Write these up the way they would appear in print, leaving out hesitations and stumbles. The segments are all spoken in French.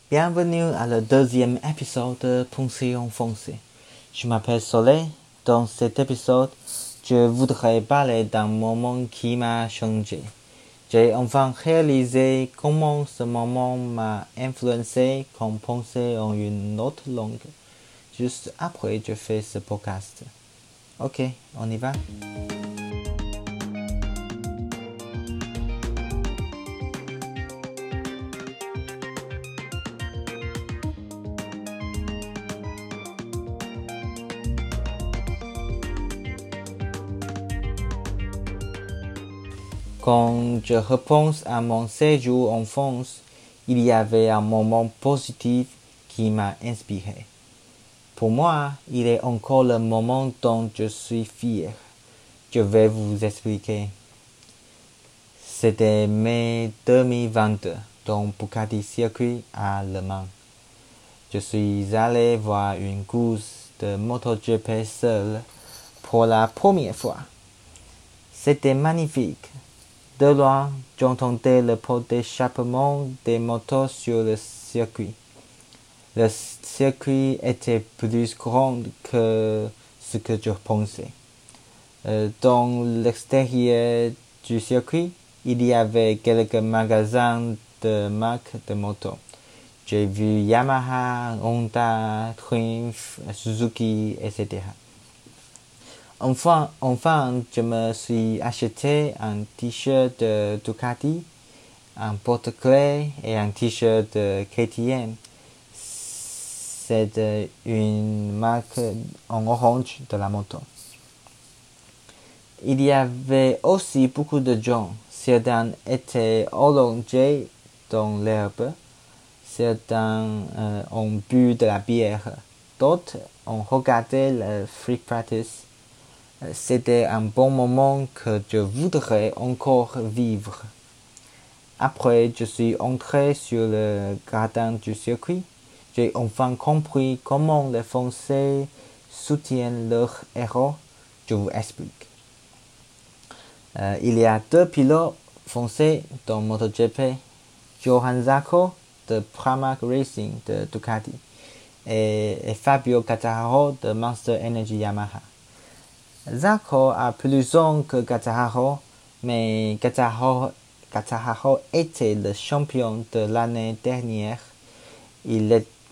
Bienvenue à le deuxième épisode de Pensée en français. Je m'appelle Soleil. Dans cet épisode, je voudrais parler d'un moment qui m'a changé. J'ai enfin réalisé comment ce moment m'a influencé comme penser en une autre langue. Juste après, je fais ce podcast. Ok, on y va? Quand je repense à mon séjour en France, il y avait un moment positif qui m'a inspiré. Pour moi, il est encore le moment dont je suis fier. Je vais vous expliquer. C'était mai 2022 dans Bugatti Circuit à Le Mans. Je suis allé voir une course de MotoGP seul pour la première fois. C'était magnifique. De loin, j'entendais le pot d'échappement des motos sur le circuit. Le circuit était plus grand que ce que je pensais. Dans l'extérieur du circuit, il y avait quelques magasins de marques de motos. J'ai vu Yamaha, Honda, Triumph, Suzuki, etc. Enfin, je me suis acheté un t-shirt de Ducati, un porte-clés et un t-shirt de KTM. C'est une marque en orange de la moto. Il y avait aussi beaucoup de gens. Certains étaient allongés dans l'herbe. Certains ont bu de la bière. D'autres ont regardé le free practice. C'était un bon moment que je voudrais encore vivre. Après, je suis entré sur le gradin du circuit. J'ai enfin compris comment les Français soutiennent leurs héros. Je vous explique. Il y a deux pilotes français dans MotoGP, Johann Zarco de Pramac Racing de Ducati et Fabio Quartararo de Monster Energy Yamaha. Zarco a plus ans que Quartararo, mais Quartararo était le champion de l'année dernière. Il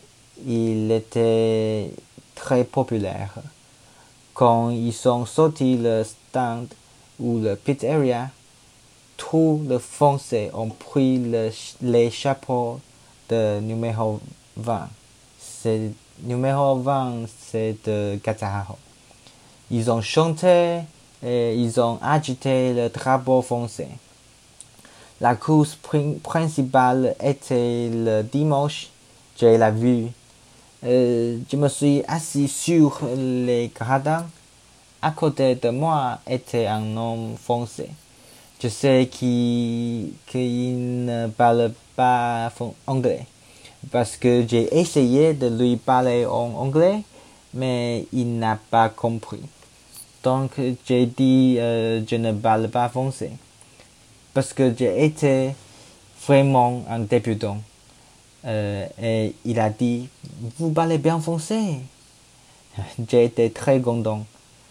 était très populaire. Quand ils sont sortis le stand ou le pit area, tous les Français ont pris les chapeaux de numéro 20. Numéro 20, c'est de Quartararo. Ils ont chanté et ils ont agité le drapeau français. La course principale était le dimanche. J'ai la vue. Je me suis assis sur les gradins. À côté de moi était un homme français. Je sais qu'il ne parle pas anglais parce que j'ai essayé de lui parler en anglais, mais il n'a pas compris. Donc j'ai dit je ne parle pas français parce que j'ai été vraiment un débutant. Et il a dit vous parlez bien français. J'ai été très content.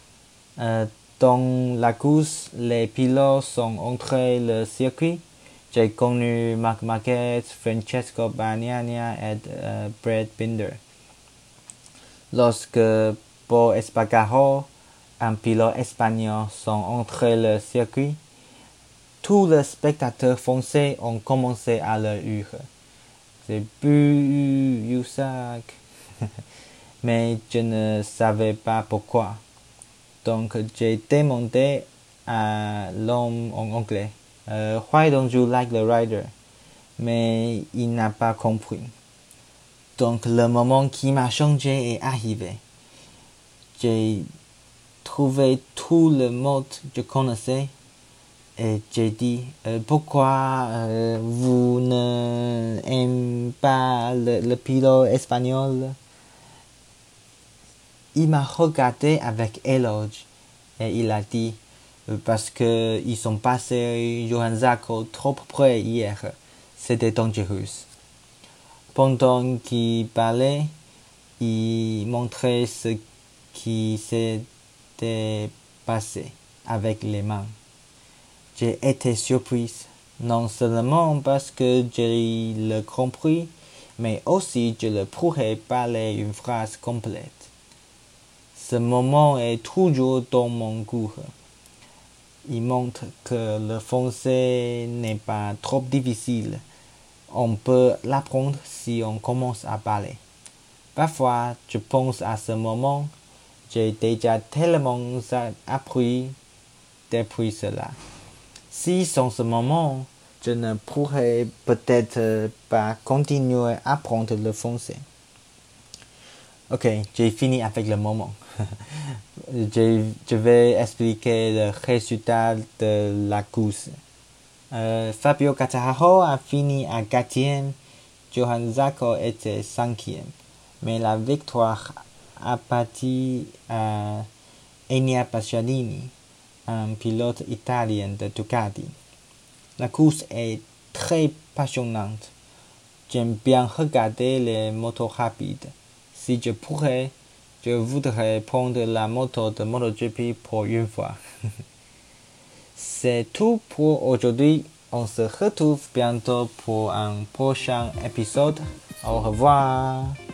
Dans la course, les pilotes sont entrés le circuit. J'ai connu Marc Marquez, Francesco Bagnaia et Brad Binder. Lorsque Paul Espargaro, un pilote espagnol, sont entrés le circuit, tous les spectateurs français ont commencé à leur hurler. C'est bu Yusak. Mais je ne savais pas pourquoi. Donc j'ai demandé à l'homme en anglais, Why don't you like the rider? Mais il n'a pas compris. Donc le moment qui m'a changé est arrivé. J'ai trouvé tous les mots que je connaissais et j'ai dit pourquoi vous n'aimez pas le pilote espagnol? Il m'a regardé avec éloge et il a dit parce que ils sont passés Johann Zarco trop près hier, c'était dangereux. Pendant qu'il parlait, il montrait ce qui s'était passé avec les mains. J'ai été surprise, non seulement parce que je le compris, mais aussi je le pourrais parler une phrase complète. Ce moment est toujours dans mon cours. Il montre que le français n'est pas trop difficile. On peut l'apprendre si on commence à parler. Parfois, je pense à ce moment, j'ai déjà tellement appris depuis cela. Si sans ce moment, je ne pourrais peut-être pas continuer à apprendre le français. Ok, j'ai fini avec le moment. Je vais expliquer le résultat de la course. Fabio Quartararo a fini à 4e, Johann Zarco était 5e, mais la victoire appartient à Enea Bastianini, un pilote italien de Ducati. La course est très passionnante. J'aime bien regarder les motos rapides. Si je pourrais, je voudrais prendre la moto de MotoGP pour une fois. C'est tout pour aujourd'hui. On se retrouve bientôt pour un prochain épisode. Au revoir.